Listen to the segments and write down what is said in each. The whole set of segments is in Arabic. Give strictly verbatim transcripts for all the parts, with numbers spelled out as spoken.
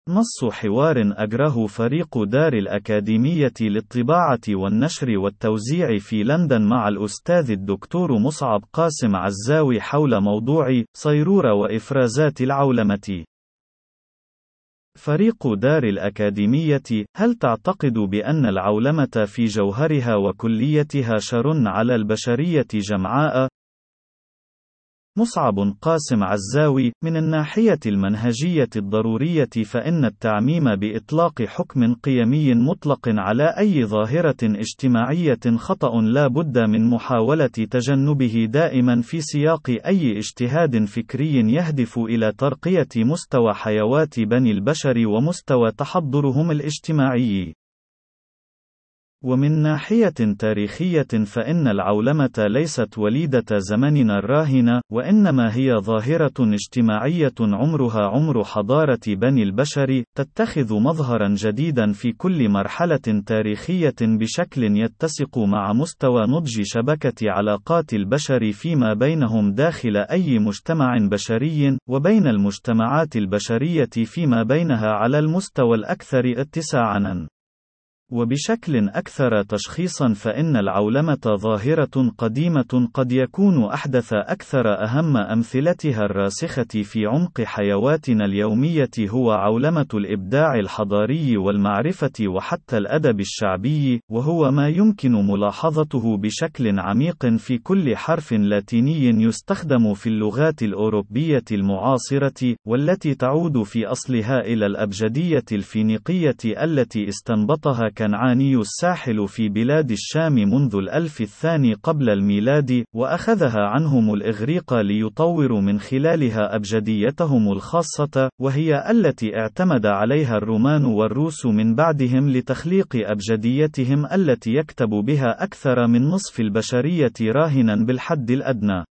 نص حوار أجره فريق دار الأكاديمية للطباعة والنشر والتوزيع في لندن مع الأستاذ الدكتور مصعب قاسم عزاوي حول موضوع صيرورة وإفرازات العولمة. فريق دار الأكاديمية: هل تعتقد بأن العولمة في جوهرها وكليتها شر على البشرية جمعاء؟ مصعب قاسم عزاوي: من الناحية المنهجية الضرورية فإن التعميم بإطلاق حكم قيمي مطلق على أي ظاهرة اجتماعية خطأ لا بد من محاولة تجنبه دائما في سياق أي اجتهاد فكري يهدف إلى ترقية مستوى حيوات بني البشر ومستوى تحضرهم الاجتماعي. ومن ناحية تاريخية فإن العولمة ليست وليدة زمننا الراهن، وإنما هي ظاهرة اجتماعية عمرها عمر حضارة بني البشر، تتخذ مظهرا جديدا في كل مرحلة تاريخية بشكل يتسق مع مستوى نضج شبكة علاقات البشر فيما بينهم داخل أي مجتمع بشري، وبين المجتمعات البشرية فيما بينها على المستوى الأكثر اتساعا. وبشكل أكثر تشخيصا فإن العولمة ظاهرة قديمة قد يكون أحدث أكثر أهم أمثلتها الراسخة في عمق حيواتنا اليومية هو عولمة الإبداع الحضاري والمعرفة وحتى الأدب الشعبي، وهو ما يمكن ملاحظته بشكل عميق في كل حرف لاتيني يستخدم في اللغات الأوروبية المعاصرة، والتي تعود في أصلها إلى الأبجدية الفينيقية التي استنبطها كنعاني الساحل في بلاد الشام منذ الألف الثاني قبل الميلاد، وأخذها عنهم الإغريق ليطوروا من خلالها أبجديتهم الخاصة، وهي التي اعتمد عليها الرومان والروس من بعدهم لتخليق أبجديتهم التي يكتب بها أكثر من نصف البشرية راهنا بالحد الأدنى.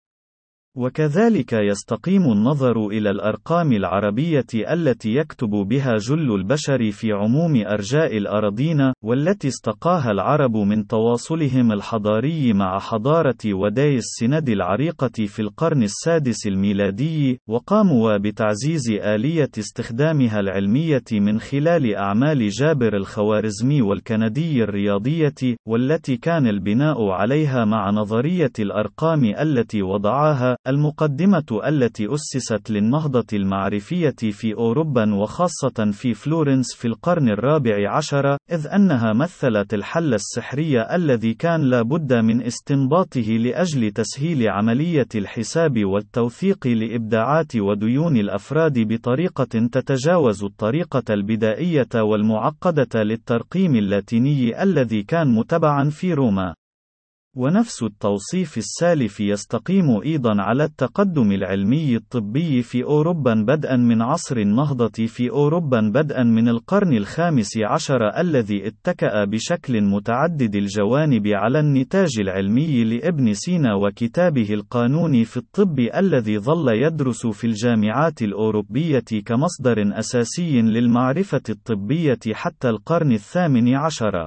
وكذلك يستقيم النظر إلى الأرقام العربية التي يكتب بها جل البشر في عموم أرجاء الأراضين، والتي استقاها العرب من تواصلهم الحضاري مع حضارة وداي السند العريقة في القرن السادس الميلادي، وقاموا بتعزيز آلية استخدامها العلمية من خلال أعمال جابر الخوارزمي والكندي الرياضية، والتي كان البناء عليها مع نظرية الأرقام التي وضعها. المقدمة التي أسست للنهضة المعرفية في أوروبا وخاصة في فلورنس في القرن الرابع عشر، إذ أنها مثلت الحل السحري الذي كان لا بد من استنباطه لأجل تسهيل عملية الحساب والتوثيق لإبداعات وديون الأفراد بطريقة تتجاوز الطريقة البدائية والمعقدة للترقيم اللاتيني الذي كان متبعا في روما. ونفس التوصيف السالف يستقيم أيضا على التقدم العلمي الطبي في أوروبا بدءا من عصر النهضة في أوروبا بدءا من القرن الخامس عشر، الذي اتكأ بشكل متعدد الجوانب على النتاج العلمي لابن سينا وكتابه القانون في الطب الذي ظل يدرس في الجامعات الأوروبية كمصدر أساسي للمعرفة الطبية حتى القرن الثامن عشر.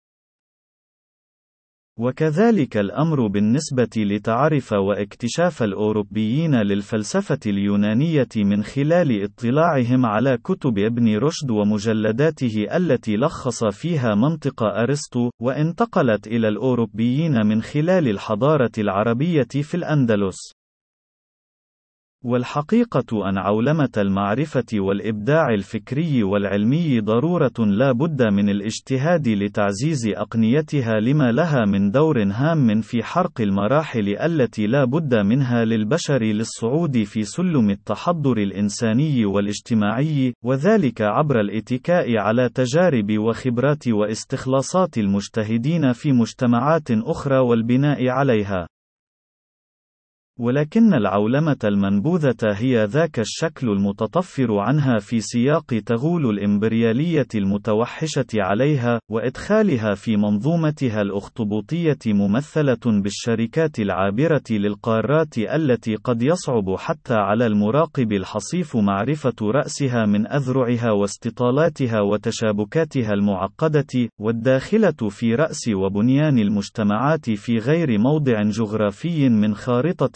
وكذلك الأمر بالنسبة لتعرف واكتشاف الأوروبيين للفلسفة اليونانية من خلال اطلاعهم على كتب ابن رشد ومجلداته التي لخص فيها منطق أرسطو، وانتقلت إلى الأوروبيين من خلال الحضارة العربية في الأندلس. والحقيقة أن عولمة المعرفة والإبداع الفكري والعلمي ضرورة لا بد من الاجتهاد لتعزيز أقنيتها لما لها من دور هام في حرق المراحل التي لا بد منها للبشر للصعود في سلم التحضر الإنساني والاجتماعي، وذلك عبر الاتكاء على تجارب وخبرات واستخلاصات المجتهدين في مجتمعات أخرى والبناء عليها. ولكن العولمة المنبوذة هي ذاك الشكل المتطفر عنها في سياق تغول الإمبريالية المتوحشة عليها، وإدخالها في منظومتها الأخطبوطية ممثلة بالشركات العابرة للقارات التي قد يصعب حتى على المراقب الحصيف معرفة رأسها من أذرعها واستطالاتها وتشابكاتها المعقدة، والداخلة في رأس وبنيان المجتمعات في غير موضع جغرافي من خارطة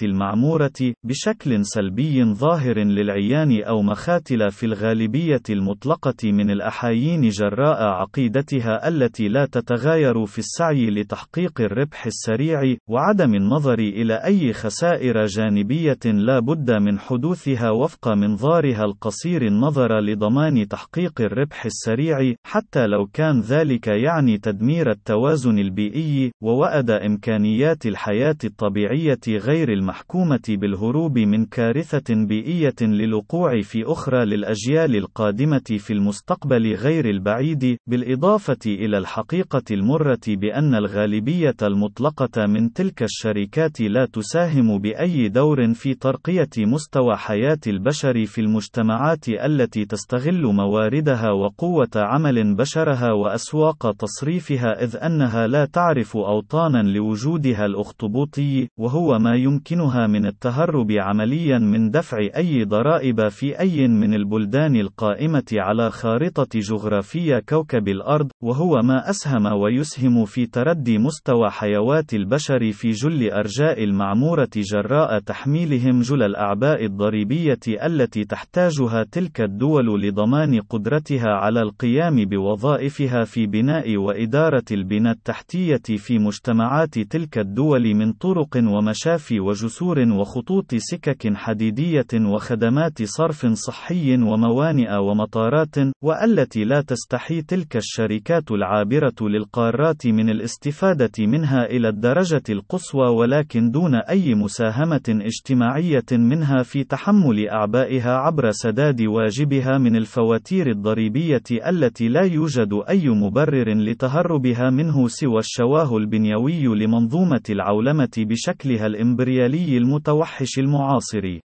المعمورة، بشكل سلبي ظاهر للعيان أو مخاتل في الغالبية المطلقة من الأحايين جراء عقيدتها التي لا تتغاير في السعي لتحقيق الربح السريع، وعدم النظر إلى أي خسائر جانبية لا بد من حدوثها وفق منظارها القصير النظر لضمان تحقيق الربح السريع، حتى لو كان ذلك يعني تدمير التوازن البيئي، ووأد إمكانيات الحياة الطبيعية غير المحكومة بالهروب من كارثة بيئية للوقوع في أخرى للأجيال القادمة في المستقبل غير البعيد، بالإضافة إلى الحقيقة المرة بأن الغالبية المطلقة من تلك الشركات لا تساهم بأي دور في ترقية مستوى حياة البشر في المجتمعات التي تستغل مواردها وقوة عمل بشرها وأسواق تصريفها، إذ أنها لا تعرف أوطانا لوجودها الأخطبوطي، وهو ما يمكنها من التهرب عمليا من دفع أي ضرائب في أي من البلدان القائمة على خارطة جغرافية كوكب الأرض، وهو ما أسهم ويسهم في تردي مستوى حيوات البشر في جل أرجاء المعمورة جراء تحميلهم جل الأعباء الضريبية التي تحتاجها تلك الدول لضمان قدرتها على القيام بوظائفها في بناء وإدارة البنى التحتية في مجتمعات تلك الدول من طرق ومشافي وجسور وخطوط سكك حديدية وخدمات صرف صحي وموانئ ومطارات، والتي لا تستحي تلك الشركات العابرة للقارات من الاستفادة منها إلى الدرجة القصوى، ولكن دون أي مساهمة اجتماعية منها في تحمل أعبائها عبر سداد واجبها من الفواتير الضريبية التي لا يوجد أي مبرر لتهربها منه سوى الشواه البنيوي لمنظومة العولمة بشكلها الإمبريالي المتوحش المعاصر.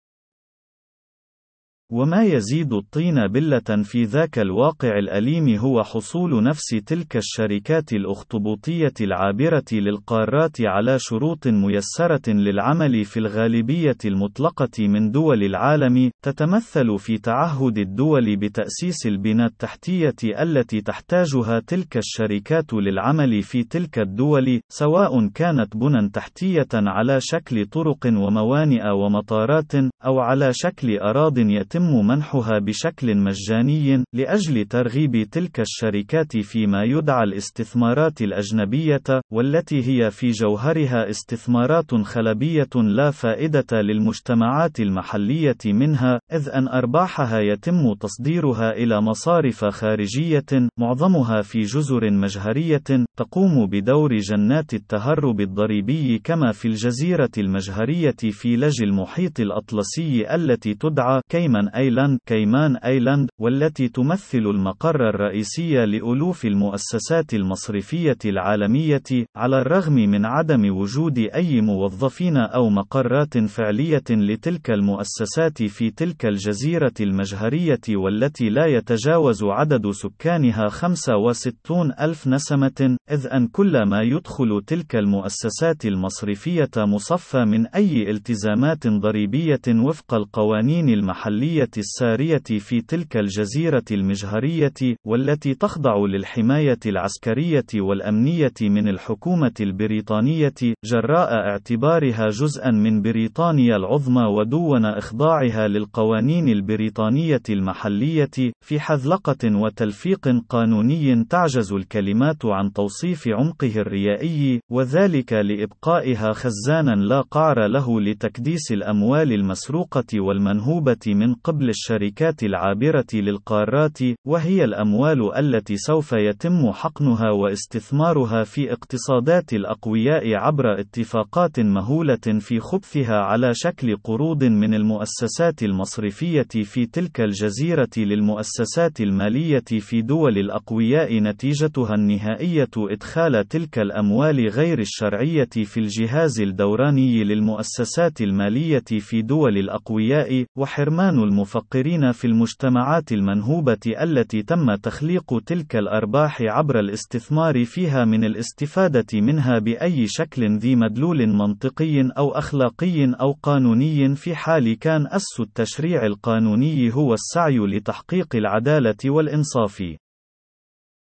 وما يزيد الطين بلة في ذاك الواقع الأليم هو حصول نفس تلك الشركات الأخطبوطية العابرة للقارات على شروط ميسرة للعمل في الغالبية المطلقة من دول العالم، تتمثل في تعهد الدول بتأسيس البنى التحتية التي تحتاجها تلك الشركات للعمل في تلك الدول، سواء كانت بنى تحتية على شكل طرق وموانئ ومطارات، أو على شكل أراضٍ يتم منحها بشكل مجاني، لأجل ترغيب تلك الشركات فيما يدعى الاستثمارات الأجنبية، والتي هي في جوهرها استثمارات خلبية لا فائدة للمجتمعات المحلية منها، إذ أن أرباحها يتم تصديرها إلى مصارف خارجية، معظمها في جزر مجهرية، تقوم بدور جنات التهرب الضريبي كما في الجزيرة المجهرية في لج المحيط الأطلسي التي تدعى كيمان آيلاند كيمان آيلاند، والتي تمثل المقر الرئيسي لألوف المؤسسات المصرفية العالمية، على الرغم من عدم وجود أي موظفين أو مقرات فعلية لتلك المؤسسات في تلك الجزيرة المجهرية، والتي لا يتجاوز عدد سكانها خمسة وستين ألف نسمة، إذ أن كل ما يدخل تلك المؤسسات المصرفية مصفى من أي التزامات ضريبية وفق القوانين المحلية السارية في تلك الجزيرة المجهرية، والتي تخضع للحماية العسكرية والأمنية من الحكومة البريطانية، جراء اعتبارها جزءا من بريطانيا العظمى ودون إخضاعها للقوانين البريطانية المحلية، في حذلقة وتلفيق قانوني تعجز الكلمات عن توصيف عمقه الريائي، وذلك لإبقائها خزانا لا قعر له لتكديس الأموال المسروقة والمنهوبة من قبل الشركات العابرة للقارات، وهي الأموال التي سوف يتم حقنها واستثمارها في اقتصادات الأقوياء عبر اتفاقات مهولة في خبثها على شكل قروض من المؤسسات المصرفية في تلك الجزيرة للمؤسسات المالية في دول الأقوياء، نتيجتها النهائية إدخال تلك الأموال غير الشرعية في الجهاز الدوراني للمؤسسات المالية في دول الأقوياء، وحرمان المفقرين في المجتمعات المنهوبة التي تم تخليق تلك الأرباح عبر الاستثمار فيها من الاستفادة منها بأي شكل ذي مدلول منطقي أو أخلاقي أو قانوني، في حال كان أسس التشريع القانوني هو السعي لتحقيق العدالة والإنصاف.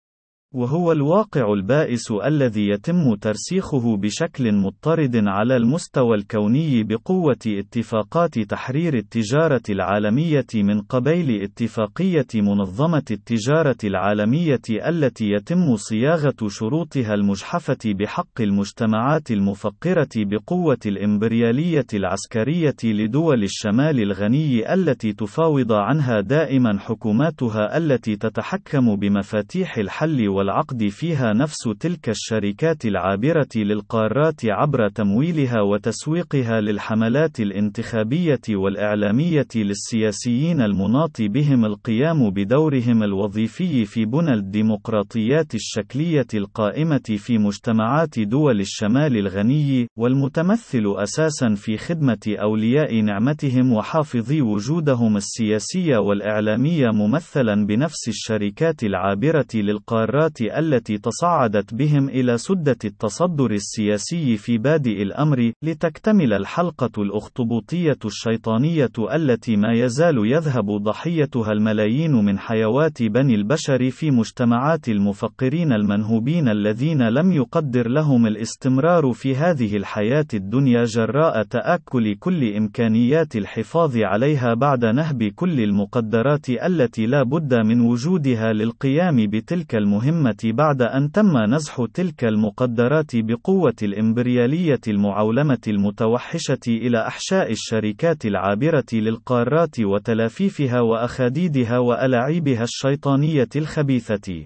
وهو الواقع البائس الذي يتم ترسيخه بشكل مضطرد على المستوى الكوني بقوة اتفاقات تحرير التجارة العالمية من قبيل اتفاقية منظمة التجارة العالمية التي يتم صياغة شروطها المجحفة بحق المجتمعات المفقرة بقوة الإمبريالية العسكرية لدول الشمال الغني التي تفاوض عنها دائما حكوماتها التي تتحكم بمفاتيح الحل والعقد فيها نفس تلك الشركات العابرة للقارات عبر تمويلها وتسويقها للحملات الانتخابية والإعلامية للسياسيين المناط بهم القيام بدورهم الوظيفي في بنى الديمقراطيات الشكلية القائمة في مجتمعات دول الشمال الغني، والمتمثل أساسا في خدمة أولياء نعمتهم وحافظي وجودهم السياسي والإعلامي ممثلا بنفس الشركات العابرة للقارات التي تصعدت بهم إلى سدة التصدر السياسي في بادئ الأمر، لتكتمل الحلقة الأخطبوطية الشيطانية التي ما يزال يذهب ضحيتها الملايين من حيوات بني البشر في مجتمعات المفقرين المنهوبين الذين لم يقدر لهم الاستمرار في هذه الحياة الدنيا جراء تآكل كل إمكانيات الحفاظ عليها بعد نهب كل المقدرات التي لا بد من وجودها للقيام بتلك المهمة بعد أن تم نزح تلك المقدرات بقوة الإمبريالية المعولمة المتوحشة إلى أحشاء الشركات العابرة للقارات وتلافيفها وأخاديدها وألاعيبها الشيطانية الخبيثة.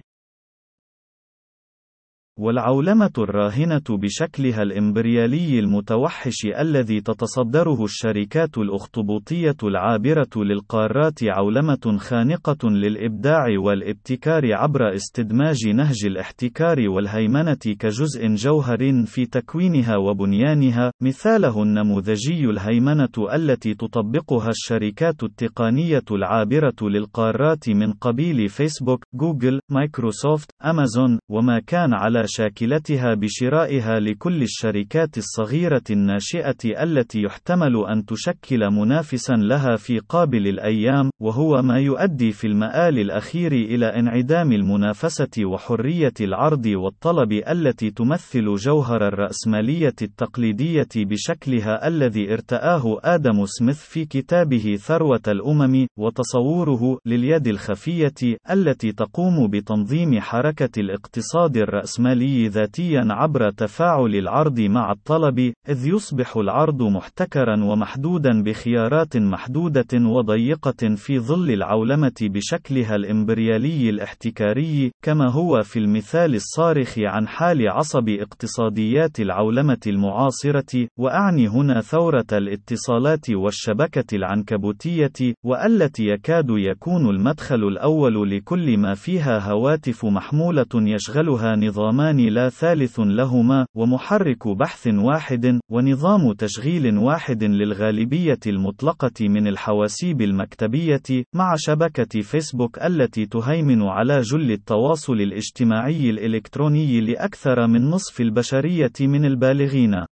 والعولمة الراهنة بشكلها الإمبريالي المتوحش الذي تتصدره الشركات الأخطبوطية العابرة للقارات عولمة خانقة للإبداع والابتكار عبر استدماج نهج الاحتكار والهيمنة كجزء جوهر في تكوينها وبنيانها، مثاله النموذجي الهيمنة التي تطبقها الشركات التقنية العابرة للقارات من قبيل فيسبوك، جوجل، مايكروسوفت، أمازون، وما كان على شاكلتها بشرائها لكل الشركات الصغيرة الناشئة التي يحتمل أن تشكل منافسا لها في قابل الأيام، وهو ما يؤدي في المآل الأخير إلى انعدام المنافسة وحرية العرض والطلب التي تمثل جوهر الرأسمالية التقليدية بشكلها الذي ارتآه آدم سميث في كتابه ثروة الأمم، وتصوره لليد الخفية التي تقوم بتنظيم حركة الاقتصاد الرأسمالي ذاتيا عبر تفاعل العرض مع الطلب، إذ يصبح العرض محتكرا ومحدودا بخيارات محدودة وضيقة في ظل العولمة بشكلها الإمبريالي الاحتكاري، كما هو في المثال الصارخ عن حال عصب اقتصاديات العولمة المعاصرة، وأعني هنا ثورة الاتصالات والشبكة العنكبوتية، والتي يكاد يكون المدخل الأول لكل ما فيها هواتف محمولة يشغلها نظامان لا ثالث لهما، ومحرك بحث واحد، ونظام تشغيل واحد للغالبية المطلقة من الحواسيب المكتبية، مع شبكة فيسبوك التي تهيمن على جل التواصل الاجتماعي الإلكتروني لأكثر من نصف البشرية من البالغين.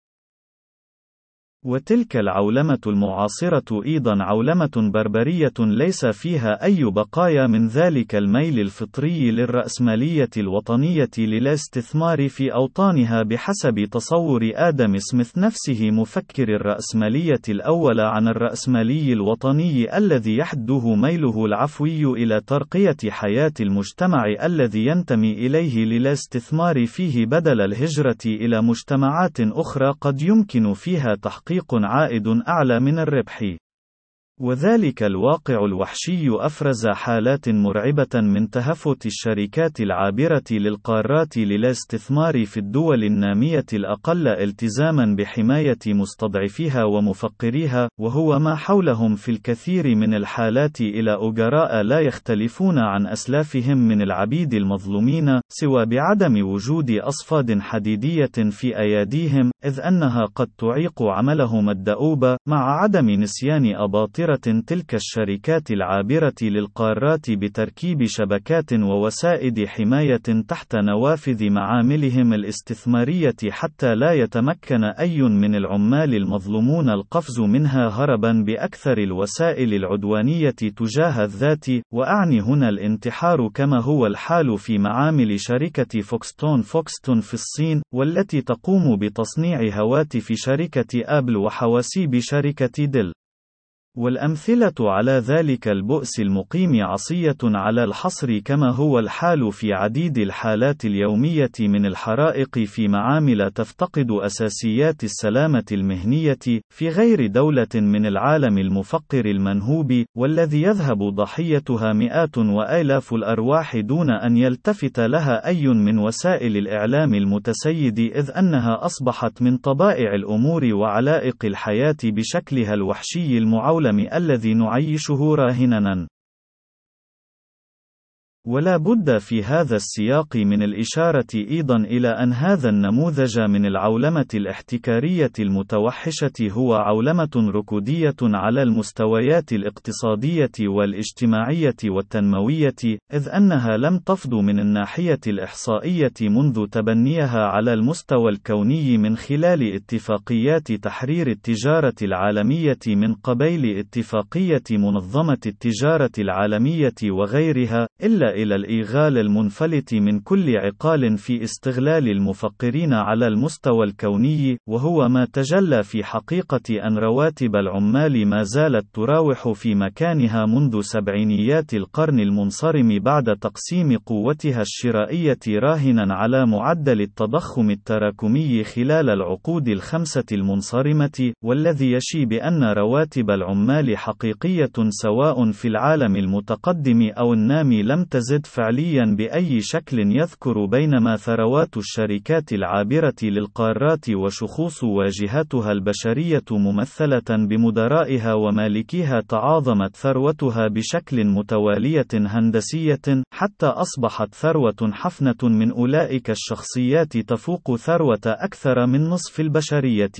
وتلك العولمة المعاصرة أيضا عولمة بربرية ليس فيها أي بقايا من ذلك الميل الفطري للرأسمالية الوطنية للاستثمار في أوطانها بحسب تصور آدم سميث نفسه مفكر الرأسمالية الأول عن الرأسمالي الوطني الذي يحده ميله العفوي إلى ترقية حياة المجتمع الذي ينتمي إليه للاستثمار فيه بدل الهجرة إلى مجتمعات أخرى قد يمكن فيها تحقيق تحقيق عائد أعلى من الربح. وذلك الواقع الوحشي أفرز حالات مرعبة من تهفت الشركات العابرة للقارات للاستثمار في الدول النامية الأقل التزاما بحماية مستضعفيها ومفقريها، وهو ما حولهم في الكثير من الحالات إلى أجراء لا يختلفون عن أسلافهم من العبيد المظلومين، سوى بعدم وجود أصفاد حديدية في أياديهم، إذ أنها قد تعيق عملهم الدؤوب، مع عدم نسيان أباطرة تطويرة تلك الشركات العابرة للقارات بتركيب شبكات ووسائد حماية تحت نوافذ معاملهم الاستثمارية حتى لا يتمكن أي من العمال المظلومون القفز منها هربا بأكثر الوسائل العدوانية تجاه الذات، وأعني هنا الانتحار كما هو الحال في معامل شركة فوكستون فوكستون في الصين، والتي تقوم بتصنيع هواتف شركة آبل وحواسيب شركة ديل. والأمثلة على ذلك البؤس المقيم عصية على الحصر كما هو الحال في عديد الحالات اليومية من الحرائق في معامل تفتقد أساسيات السلامة المهنية في غير دولة من العالم المفقر المنهوب، والذي يذهب ضحيتها مئات وآلاف الأرواح دون أن يلتفت لها أي من وسائل الإعلام المتسيد، إذ أنها أصبحت من طبائع الأمور وعلائق الحياة بشكلها الوحشي المعولم الذي نعيشه راهناً. ولا بد في هذا السياق من الإشارة أيضا إلى أن هذا النموذج من العولمة الاحتكارية المتوحشة هو عولمة ركودية على المستويات الاقتصادية والاجتماعية والتنموية، إذ أنها لم تفض من الناحية الإحصائية منذ تبنيها على المستوى الكوني من خلال اتفاقيات تحرير التجارة العالمية من قبيل اتفاقية منظمة التجارة العالمية وغيرها، إلا إلى الإيغال المنفلت من كل عقال في استغلال المفقرين على المستوى الكوني، وهو ما تجلى في حقيقة أن رواتب العمال ما زالت تراوح في مكانها منذ سبعينيات القرن المنصرم بعد تقسيم قوتها الشرائية راهنا على معدل التضخم التراكمي خلال العقود الخمسة المنصرمة، والذي يشي بأن رواتب العمال حقيقية سواء في العالم المتقدم أو النامي لم تزد فعليا بأي شكل يذكر، بينما ثروات الشركات العابرة للقارات وشخوص واجهاتها البشرية ممثلة بمدرائها ومالكيها تعاظمت ثروتها بشكل متوالية هندسية، حتى أصبحت ثروة حفنة من أولئك الشخصيات تفوق ثروة أكثر من نصف البشرية.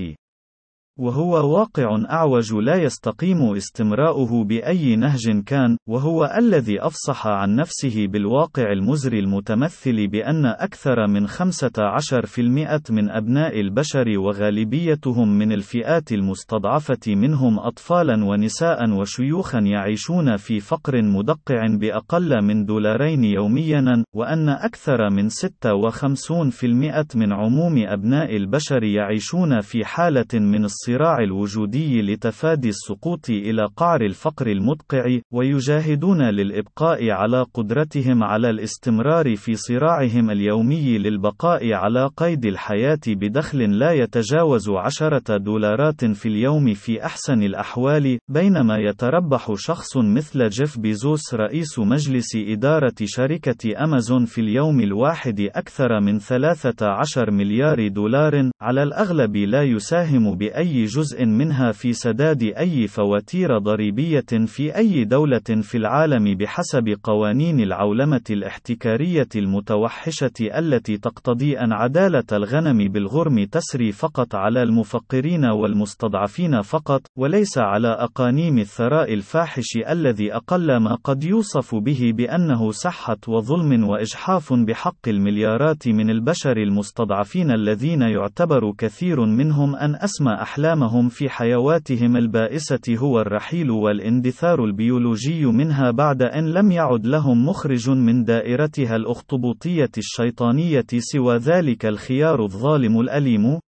وهو واقع أعوج لا يستقيم استمراؤه بأي نهج كان، وهو الذي أفصح عن نفسه بالواقع المزري المتمثل بأن أكثر من خمسة عشر بالمئة من أبناء البشر وغالبيتهم من الفئات المستضعفة منهم أطفالا ونساء وشيوخا يعيشون في فقر مدقع بأقل من دولارين يوميا، وأن أكثر من ستة وخمسين بالمئة من عموم أبناء البشر يعيشون في حالة من الصراع الوجودي لتفادي السقوط إلى قعر الفقر المدقع، ويجاهدون للإبقاء على قدرتهم على الاستمرار في صراعهم اليومي للبقاء على قيد الحياة بدخل لا يتجاوز عشرة دولارات في اليوم في أحسن الأحوال، بينما يتربح شخص مثل جيف بيزوس رئيس مجلس إدارة شركة أمازون في اليوم الواحد أكثر من ثلاثة عشر مليار دولار، على الأغلب لا يساهم بأي جزء منها في سداد أي فواتير ضريبية في أي دولة في العالم بحسب قوانين العولمة الاحتكارية المتوحشة التي تقتضي أن عدالة الغنم بالغرم تسري فقط على المفقرين والمستضعفين فقط، وليس على أقانيم الثراء الفاحش الذي أقل ما قد يوصف به بأنه سحة وظلم وإجحاف بحق المليارات من البشر المستضعفين الذين يعتبر كثير منهم أن أسمى أحلامهم في حيواتهم البائسة هو الرحيل والاندثار البيولوجي منها بعد أن لم يعد لهم مخرج من دائرتها الأخطبوطية الشيطانية سوى ذلك الخيار الظالم الأليم.